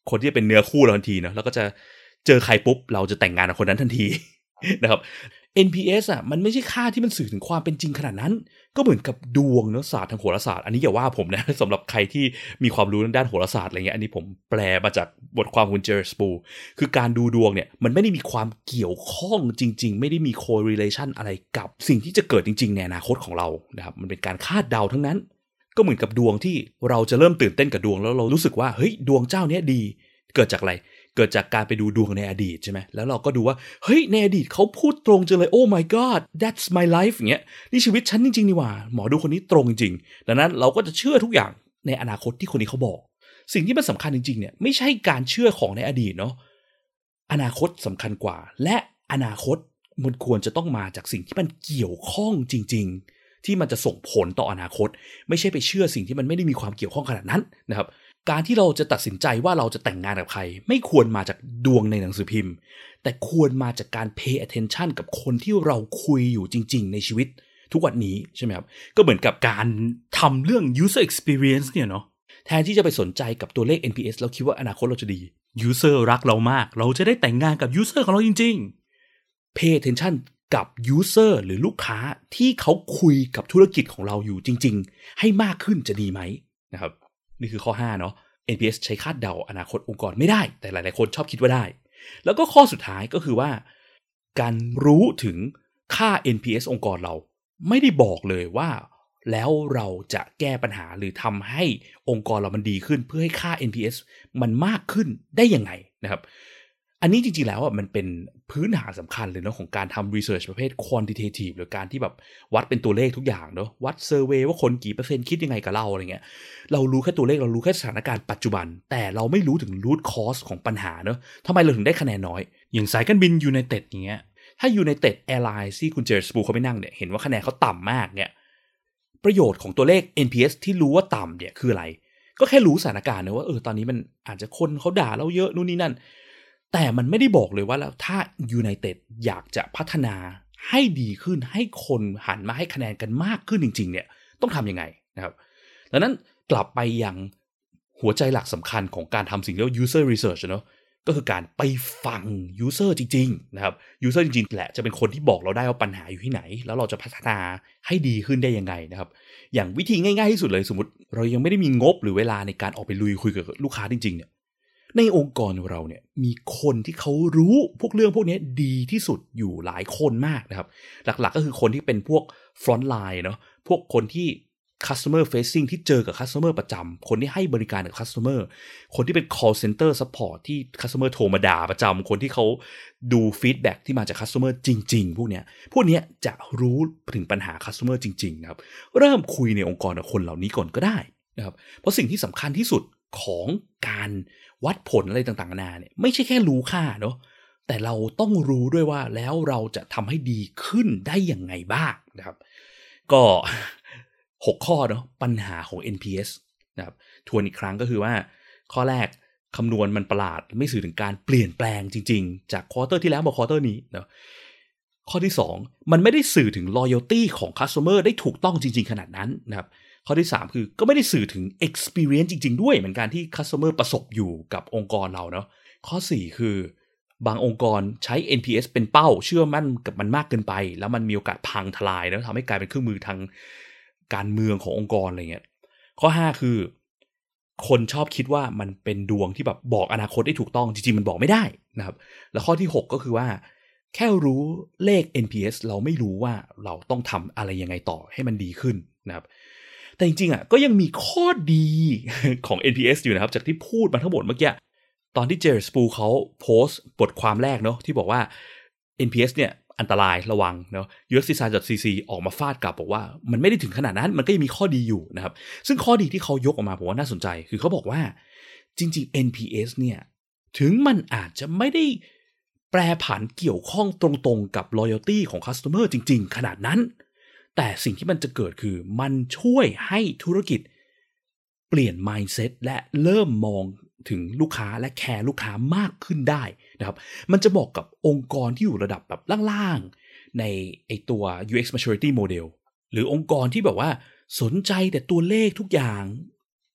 คนที่เป็นเนื้อคู่เราทันทีเนาะแล้วก็จะเจอใครปุ๊บเราจะแต่งงานกับคนนั้นทันที นะครับ เอ็น พี เอส อ่ะมันไม่ใช่ค่าที่มันสื่อถึงความเป็นจริงขนาดนั้นก็เหมือนกับดวงเนาะศาสตร์ทางโหราศาสตร์อันนี้อย่าว่าผมนะสำหรับใครที่มีความรู้ด้านโหราศาสตร์อะไรเงี้ยอันนี้ผมแปลมาจากบทความของคุณเจอร์สปูคือการดูดวงเนี่ยมันไม่ได้มีความเกี่ยวข้องจริงๆไม่ได้มี correlation อะไรกับสิ่งที่จะเกิดจริงๆในอนาคตของเรานะครับมันเป็นการคาดเดาทั้งนั้นก็เหมือนกับดวงที่เราจะเริ่มตื่นเต้นกับดวงแล้วเรารู้สึกว่าเฮ้ยดวงเจ้าเนี้ยดีเกิดจากอะไรเกิดจากการไปดูดวงในอดีตใช่ไหมแล้วเราก็ดูว่าเฮ้ยในอดีตเขาพูดตรงจังเลย oh my god that's my life อย่างเงี้ยนี่ชีวิตฉันจริงๆนี่หว่าหมอดูคนนี้ตรงจริงๆดังนั้นเราก็จะเชื่อทุกอย่างในอนาคตที่คนนี้เขาบอกสิ่งที่มันสำคัญจริงๆเนี่ยไม่ใช่การเชื่อของในอดีตเนาะอนาคตสำคัญกว่าและอนาคตมันควรจะต้องมาจากสิ่งที่มันเกี่ยวข้องจริงๆที่มันจะส่งผลต่ออนาคตไม่ใช่ไปเชื่อสิ่งที่มันไม่ได้มีความเกี่ยวข้องขนาดนั้นนะครับการที่เราจะตัดสินใจว่าเราจะแต่งงานกับใครไม่ควรมาจากดวงในหนังสือพิมพ์แต่ควรมาจากการ pay attention กับคนที่เราคุยอยู่จริงๆในชีวิตทุกวันนี้ใช่ไหมครับก็เหมือนกับการทำเรื่อง user experience เนี่ยเนาะแทนที่จะไปสนใจกับตัวเลข เอ็น พี เอส แล้วคิดว่าอนาคตเราจะดี user รักเรามากเราจะได้แต่งงานกับ user ของเราจริงๆ pay attention กับ user หรือลูกค้าที่เขาคุยกับธุรกิจของเราอยู่จริงๆให้มากขึ้นจะดีไหมนะครับนี่คือข้อห้าเนาะ เอ็น พี เอส ใช้คาดเดาอนาคตองค์กรไม่ได้แต่หลายๆคนชอบคิดว่าได้แล้วก็ข้อสุดท้ายก็คือว่าการรู้ถึงค่า เอ็น พี เอส องค์กรเราไม่ได้บอกเลยว่าแล้วเราจะแก้ปัญหาหรือทำให้องค์กรเรามันดีขึ้นเพื่อให้ค่า เอ็น พี เอส มันมากขึ้นได้ยังไงนะครับอันนี้จริงๆแล้วอ่ะมันเป็นพื้นฐานสำคัญเลยเนาะของการทำ research ประเภท quantitative หรือการที่แบบวัดเป็นตัวเลขทุกอย่างเนาะวัด survey ว่าคนกี่เปอร์เซ็นต์คิดยังไงกับเราอะไรเงี้ยเรารู้แค่ตัวเลขเรารู้แค่สถานการณ์ปัจจุบันแต่เราไม่รู้ถึง root cause ของปัญหาเนาะทำไมเราถึงได้คะแนนน้อยอย่างสายการบิน United อย่างเงี้ยถ้า United Airlines ที่คุณเจอร์สปูเขาไปนั่งเนี่ยเห็นว่าคะแนนเขาต่ำมากเนี่ยประโยชน์ของตัวเลข เอ็น พี เอส ที่รู้ว่าต่ำเนี่ยคืออะไรก็แค่รู้สถานการณ์นะว่าเออตอนนี้มันอาจจะคนเขาด่าเราเยอะนู่นนี่นั่นแต่มันไม่ได้บอกเลยว่าแล้วถ้า United อยากจะพัฒนาให้ดีขึ้นให้คนหันมาให้คะแนนกันมากขึ้นจริงๆเนี่ยต้องทำยังไงนะครับดังนั้นกลับไปยังหัวใจหลักสำคัญของการทำสิ่งที่เรียกว่า user research เนาะก็คือการไปฟัง user จริงๆนะครับ user จริงๆแหละจะเป็นคนที่บอกเราได้ว่าปัญหาอยู่ที่ไหนแล้วเราจะพัฒนาให้ดีขึ้นได้ยังไงนะครับอย่างวิธีง่ายๆที่สุดเลยสมมติเรายังไม่ได้มีงบหรือเวลาในการออกไปลุยคุยกับลูกค้าจริงๆเนี่ยในองค์กรของเราเนี่ยมีคนที่เขารู้พวกเรื่องพวกนี้ดีที่สุดอยู่หลายคนมากนะครับหลักๆก็คือคนที่เป็นพวก front line เนาะพวกคนที่ customer facing ที่เจอกับ customer ประจำคนที่ให้บริการกับ customer คนที่เป็น call center support ที่ customer โทรมาด่าประจำคนที่เขาดู feedback ที่มาจาก customer จริงๆพวกเนี้ยพวกเนี้ยจะรู้ถึงปัญหา customer จริงๆนะครับเริ่มคุยในองค์กรกับคนเหล่านี้ก่อนก็ได้นะครับเพราะสิ่งที่สำคัญที่สุดของการวัดผลอะไรต่างๆนานาเนี่ยไม่ใช่แค่รู้ค่าเนาะแต่เราต้องรู้ด้วยว่าแล้วเราจะทำให้ดีขึ้นได้อย่างไงบ้างนะครับก็หกข้อเนาะปัญหาของ เอ็น พี เอส นะครับทวนอีกครั้งก็คือว่าข้อแรกคำนวณมันประหลาดไม่สื่อถึงการเปลี่ยนแปลงจริงๆจากควอเตอร์ที่แล้วมาควอเตอร์นี้เนาะข้อที่สองมันไม่ได้สื่อถึง loyalty ของ customer ได้ถูกต้องจริงๆขนาดนั้นนะครับข้อที่สามคือก็ไม่ได้สื่อถึง experience จริงๆด้วยเหมือนกันที่ customer ประสบอยู่กับองค์กรเราเนาะข้อสี่คือบางองค์กรใช้ เอ็น พี เอส เป็นเป้าเชื่อมั่นกับมันมากเกินไปแล้วมันมีโอกาสพังทลายแล้วทำให้กลายเป็นเครื่องมือทางการเมืองขององค์กรอะไรเงี้ยข้อห้าคือคนชอบคิดว่ามันเป็นดวงที่แบบบอกอนาคตได้ถูกต้องจริงๆมันบอกไม่ได้นะครับแล้วข้อที่หกก็คือว่าแค่รู้เลข เอ็น พี เอส เราไม่รู้ว่าเราต้องทำอะไรยังไงต่อให้มันดีขึ้นนะครับแต่จริงๆอ่ะก็ยังมีข้อดีของ เอ็น พี เอส อยู่นะครับจากที่พูดมาทั้งหมดเมื่อกี้ตอนที่เจอร์สปูเขาโพสต์บทความแรกเนาะที่บอกว่า เอ็น พี เอส เนี่ยอันตรายระวังเนาะ ยู เอ็กซ์ Design ดอท ซี ซี ออกมาฟาดกลับบอกว่ามันไม่ได้ถึงขนาดนั้นมันก็ยังมีข้อดีอยู่นะครับซึ่งข้อดีที่เขายกออกมาผมว่าน่าสนใจคือเขาบอกว่าจริงๆ เอ็น พี เอส เนี่ยถึงมันอาจจะไม่ได้แปรผันเกี่ยวข้องตรงๆกับ loyalty ของ customer จริงๆขนาดนั้นแต่สิ่งที่มันจะเกิดคือมันช่วยให้ธุรกิจเปลี่ยน mindset และเริ่มมองถึงลูกค้าและแคร์ลูกค้ามากขึ้นได้นะครับมันจะบอกกับองค์กรที่อยู่ระดับแบบล่างๆในไอตัว ยู เอ็กซ์ maturity model หรือองค์กรที่แบบว่าสนใจแต่ตัวเลขทุกอย่าง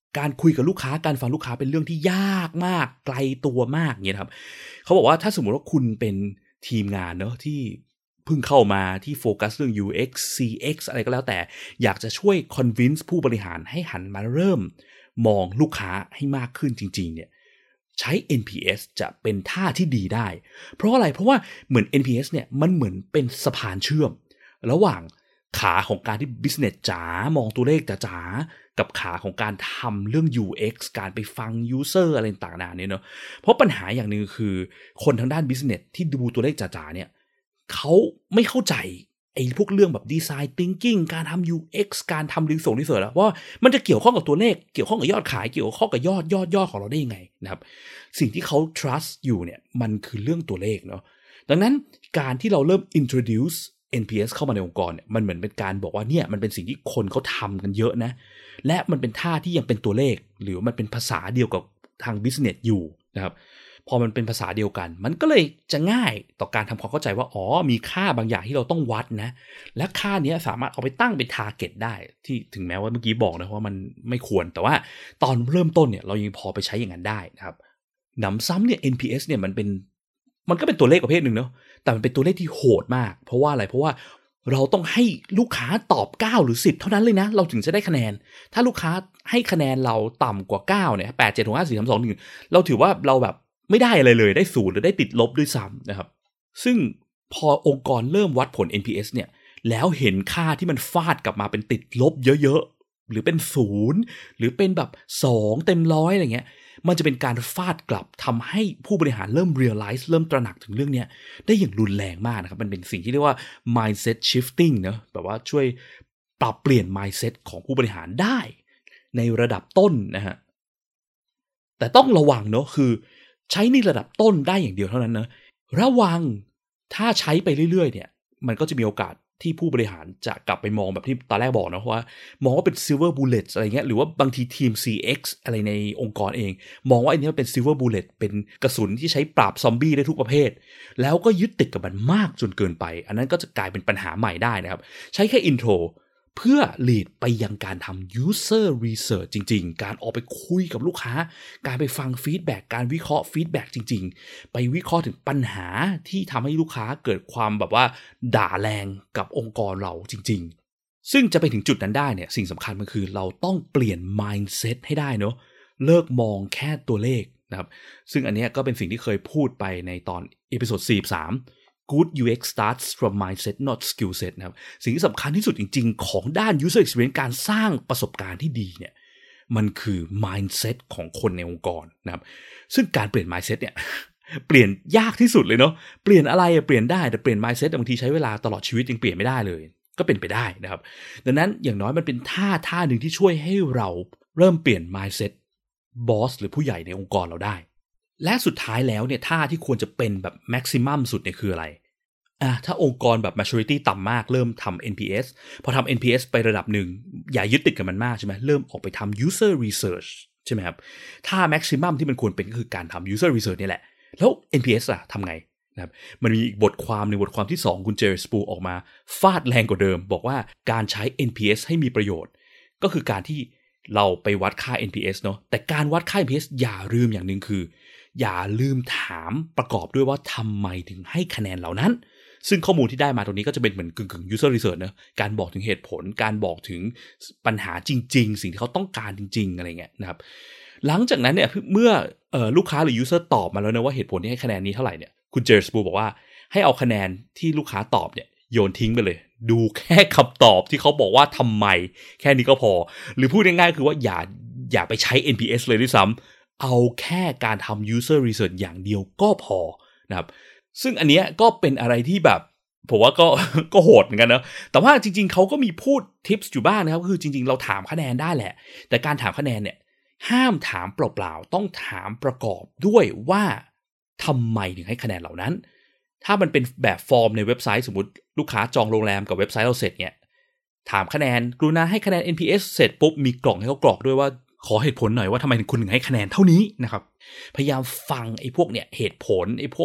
การคุยกับลูกค้าการฟังลูกค้าเป็นเรื่องที่ยากมากไกลตัวมากอย่างเงี้ยครับเขาบอกว่าถ้าสมมุติว่าคุณเป็นทีมงานเนาะที่เพิ่งเข้ามาที่โฟกัสเรื่อง ยู เอ็กซ์ ซี เอ็กซ์ อะไรก็แล้วแต่อยากจะช่วย convince ผู้บริหารให้หันมาเริ่มมองลูกค้าให้มากขึ้นจริงๆเนี่ยใช้ เอ็น พี เอส จะเป็นท่าที่ดีได้เพราะอะไรเพราะว่าเหมือน เอ็น พี เอส เนี่ยมันเหมือนเป็นสะพานเชื่อมระหว่างขาของการที่ business จ๋ามองตัวเลขจ๋าๆกับขาของการทำเรื่อง ยู เอ็กซ์ การไปฟัง user อะไรต่างๆเนี่ยเนาะเพราะปัญหาอย่างนึงคือคนทางด้าน business ที่ดูตัวเลขจ๋าๆเนี่ยเขาไม่เข้าใจไอ้พวกเรื่องแบบ design thinking การทำ ยู เอ็กซ์ การทำรีเสิร์ชรีเสิร์ชแล้วว่ามันจะเกี่ยวข้องกับตัวเลขเกี่ยวข้องกับยอดขายเกี่ยวข้องกับยอดยอดยอดของเราได้ยังไงนะครับสิ่งที่เขา trust อยู่เนี่ยมันคือเรื่องตัวเลขเนาะดังนั้นการที่เราเริ่ม introduce เอ็น พี เอส เข้ามาในองค์กรเนี่ยมันเหมือนเป็นการบอกว่าเนี่ยมันเป็นสิ่งที่คนเขาทำกันเยอะนะและมันเป็นท่าที่ยังเป็นตัวเลขหรือมันเป็นภาษาเดียวกับทาง business อยู่นะครับพอมันเป็นภาษาเดียวกันมันก็เลยจะง่ายต่อการทำความเข้าใจว่าอ๋อมีค่าบางอย่างที่เราต้องวัดนะและค่านี้สามารถเอาไปตั้งเป็น target ได้ที่ถึงแม้ว่าเมื่อกี้บอกนะว่ามันไม่ควรแต่ว่าตอนเริ่มต้นเนี่ยเรายังพอไปใช้อย่างนั้นได้นะครับหนำซ้ำเนี่ย เอ็น พี เอส เนี่ยมันเป็นมันก็เป็นตัวเลขประเภทหนึ่งเนาะแต่มันเป็นตัวเลขที่โหดมากเพราะว่าอะไรเพราะว่าเราต้องให้ลูกค้าตอบเก้าหรือสิบเท่านั้นเลยนะเราถึงจะได้คะแนนถ้าลูกค้าให้คะแนนเราต่ำกว่าเก้าเนี่ยแปด เจ็ด หก ห้า สี่ สาม สอง หนึ่งเราถือว่าเราแบบไม่ได้อะไรเลยได้ศูนย์หรือได้ติดลบด้วยซ้ำนะครับซึ่งพอองค์กรเริ่มวัดผล เอ็น พี เอส เนี่ยแล้วเห็นค่าที่มันฟาดกลับมาเป็นติดลบเยอะๆหรือเป็นศูนย์หรือเป็นแบบสองเต็มร้อยอะไรเงี้ยมันจะเป็นการฟาดกลับทำให้ผู้บริหารเริ่ม realize เริ่มตระหนักถึงเรื่องนี้ได้อย่างรุนแรงมากนะครับมันเป็นสิ่งที่เรียกว่า mindset shifting เนอะแบบว่าช่วยปรับเปลี่ยน mindset ของผู้บริหารได้ในระดับต้นนะฮะแต่ต้องระวังเนอะคือใช้ในระดับต้นได้อย่างเดียวเท่านั้นนะระวังถ้าใช้ไปเรื่อยๆเนี่ยมันก็จะมีโอกาสที่ผู้บริหารจะกลับไปมองแบบที่ตอนแรกบอกนะว่ามองว่าเป็น silver bullet อะไรเงี้ยหรือว่าบางทีทีม ซี เอ็กซ์ อะไรในองค์กรเองมองว่าอันนี้มันเป็น silver bullet เป็นกระสุนที่ใช้ปราบซอมบี้ได้ทุกประเภทแล้วก็ยึดติดกับมันมากจนเกินไปอันนั้นก็จะกลายเป็นปัญหาใหม่ได้นะครับใช้แค่ introเพื่อ lead ไปยังการทำ user research จริงๆการออกไปคุยกับลูกค้าการไปฟัง feedback การวิเคราะห์ feedback จริงๆไปวิเคราะห์ถึงปัญหาที่ทำให้ลูกค้าเกิดความแบบว่าด่าแรงกับองค์กรเราจริงๆซึ่งจะไปถึงจุดนั้นได้เนี่ยสิ่งสำคัญมันคือเราต้องเปลี่ยน mindset ให้ได้เนาะเลิกมองแค่ตัวเลขนะครับซึ่งอันนี้ก็เป็นสิ่งที่เคยพูดไปในตอนเอพิโซดสี่สิบสามGood ยู เอ็กซ์ starts from mindset not skill set นะครับสิ่งที่สำคัญที่สุดจริงๆของด้าน user experience การสร้างประสบการณ์ที่ดีเนี่ยมันคือ mindset ของคนในองค์กรนะครับซึ่งการเปลี่ยน mindset เนี่ย เปลี่ยนยากที่สุดเลยเนาะเปลี่ยนอะไรเปลี่ยนได้แต่เปลี่ยน mindset บางทีใช้เวลาตลอดชีวิตยังเปลี่ยนไม่ได้เลยก็เป็นไปได้นะครับดังนั้นอย่างน้อยมันเป็นท่าท่าหนึ่งที่ช่วยให้เราเริ่มเปลี่ยน mindset บอสหรือผู้ใหญ่ในองค์กรเราได้และสุดท้ายแล้วเนี่ยท่าที่ควรจะเป็นแบบ maximum สุดเนี่ยคืออะไรอ่ะถ้าองค์กรแบบ maturity ต่ำมากเริ่มทำ เอ็น พี เอส พอทำ เอ็น พี เอส ไประดับหนึ่งอย่ายึดติดกับมันมากใช่ไหมเริ่มออกไปทำ user research ใช่ไหมครับถ้า maximum ที่มันควรเป็นก็คือการทำ user research นี่แหละแล้ว เอ็น พี เอส อะทำไงนะครับมันมีอีกบทความในบทความที่สองคุณเจอร์สปูออกมาฟาดแรงกว่าเดิมบอกว่าการใช้ เอ็น พี เอส ให้มีประโยชน์ก็คือการที่เราไปวัดค่า เอ็น พี เอส เนาะแต่การวัดค่า เอ็น พี เอส อย่าลืมอย่างนึงคืออย่าลืมถามประกอบด้วยว่าทำไมถึงให้คะแนนเหล่านั้นซึ่งข้อมูลที่ได้มาตรงนี้ก็จะเป็นเหมือนกึ่งๆ user research นะการบอกถึงเหตุผลการบอกถึงปัญหาจริงๆสิ่งที่เขาต้องการจริงๆอะไรเงี้ยนะครับหลังจากนั้นเนี่ยเมื่อเอ่อลูกค้าหรือ user ตอบมาแล้วนะว่าเหตุผลที่ให้คะแนนนี้เท่าไหร่เนี่ยคุณเจอร์สปูบอกว่าให้เอาคะแนนที่ลูกค้าตอบเนี่ยโยนทิ้งไปเลยดูแค่คำตอบที่เขาบอกว่าทำไมแค่นี้ก็พอหรือพูดง่ายๆคือว่าอย่าอย่าไปใช้ เอ็น พี เอส เลยด้วยซ้ำเอาแค่การทำ user research อย่างเดียวก็พอนะครับซึ่งอันเนี้ยก็เป็นอะไรที่แบบผมว่าก็ก็โหดเหมือนกันนะแต่ว่าจริงๆเขาก็มีพูดทิปส์อยู่บ้างนะครับคือจริงๆเราถามคะแนนได้แหละแต่การถามคะแนนเนี่ยห้ามถามเปล่าๆต้องถามประกอบด้วยว่าทำไมถึงให้คะแนนเหล่านั้นถ้ามันเป็นแบบฟอร์มในเว็บไซต์สมมุติลูกค้าจองโรงแรมกับเว็บไซต์เราเสร็จเนี่ยถามคะแนนกรุณาให้คะแนน เอ็น พี เอส เสร็จปุ๊บมีกล่องให้เขากรอกด้วยว่าขอเหตุผลหน่อยว่าทำไมคุณถึงให้คะแนนเท่านี้นะครับพยายามฟังไอ้พวกเนี่ยเหตุผลไอ้พวก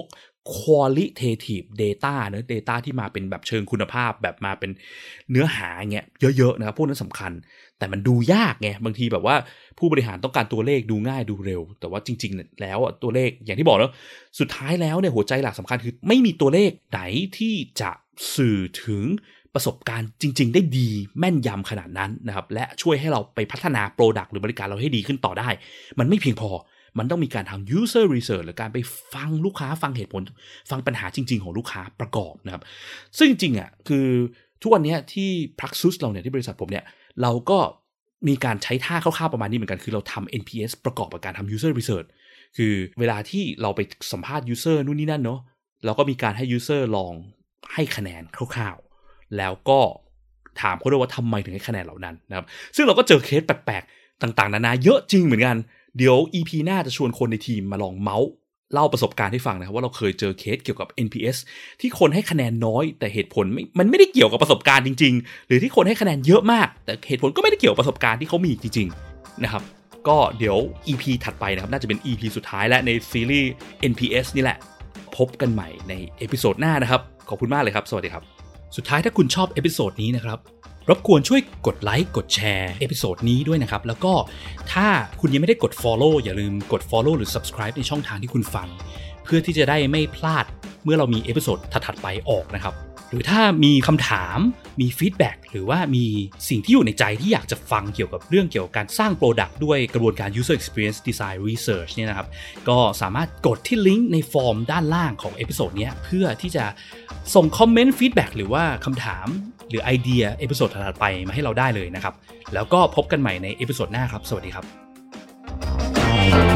qualitative data เนอะ data ที่มาเป็นแบบเชิงคุณภาพแบบมาเป็นเนื้อหาเงี้ยเยอะๆนะครับพวกนั้นสำคัญแต่มันดูยากไงบางทีแบบว่าผู้บริหารต้องการตัวเลขดูง่ายดูเร็วแต่ว่าจริงๆแล้วตัวเลขอย่างที่บอกแล้วสุดท้ายแล้วเนี่ยหัวใจหลักสำคัญคือไม่มีตัวเลขไหนที่จะสื่อถึงประสบการณ์จริงๆได้ดีแม่นยำขนาดนั้นนะครับและช่วยให้เราไปพัฒนา product หรือบริการเราให้ดีขึ้นต่อได้มันไม่เพียงพอมันต้องมีการทำ user research หรือการไปฟังลูกค้าฟังเหตุผลฟังปัญหาจริงๆของลูกค้าประกอบนะครับซึ่งจริงๆอ่ะคือทุกวันนี้ที่ Praxis เราเนี่ยที่บริษัทผมเนี่ยเราก็มีการใช้ท่าคร่าวๆประมาณนี้เหมือนกันคือเราทำ เอ็น พี เอส ประกอบกับการทำ user research คือเวลาที่เราไปสัมภาษณ์ user นู่นนี่นั่นเนาะเราก็มีการให้ user ลองให้คะแนนคร่าวๆแล้วก็ถามเขาด้วยว่าทำไมถึงให้คะแนนเหล่านั้นนะครับซึ่งเราก็เจอเคสแปลกๆต่างๆนานาเยอะจริงเหมือนกันเดี๋ยว อี พี หน้าจะชวนคนในทีมมาลองเมาส์เล่าประสบการณ์ให้ฟังนะครับว่าเราเคยเจอเคสเกี่ยวกับ เอ็น พี เอส ที่คนให้คะแนนน้อยแต่เหตุผลไม่มันไม่ได้เกี่ยวกับประสบการณ์จริงๆหรือที่คนให้คะแนนเยอะมากแต่เหตุผลก็ไม่ได้เกี่ยวกับประสบการณ์ที่เขามีจริงๆนะครับก็เดี๋ยว อี พี ถัดไปนะครับน่าจะเป็น อี พี สุดท้ายและในซีรีส์ เอ็น พี เอส นี่แหละพบกันใหม่ในเอพิโซดหน้านะครับขอบคุณมากเลยครับสวัสดีครับสุดท้ายถ้าคุณชอบเอพิโซดนี้นะครับรบกวนช่วยกดไลค์กดแชร์เอพิโซดนี้ด้วยนะครับแล้วก็ถ้าคุณยังไม่ได้กด follow อย่าลืมกด follow หรือ subscribe ในช่องทางที่คุณฟังเพื่อที่จะได้ไม่พลาดเมื่อเรามีเอพิโซดถัดๆไปออกนะครับหรือถ้ามีคำถามมีฟีดแบ็กหรือว่ามีสิ่งที่อยู่ในใจที่อยากจะฟังเกี่ยวกับเรื่องเกี่ยวกับการสร้าง Product ด้วยกระบวนการ User Experience Design Research เนี่ยนะครับก็สามารถกดที่ลิงก์ในฟอร์มด้านล่างของเอพิโซดนี้เพื่อที่จะส่งคอมเมนต์ฟีดแบ็กหรือว่าคำถามหรือไอเดียเอพิโซดถัดๆไปมาให้เราได้เลยนะครับแล้วก็พบกันใหม่ในเอพิโซดหน้าครับสวัสดีครับ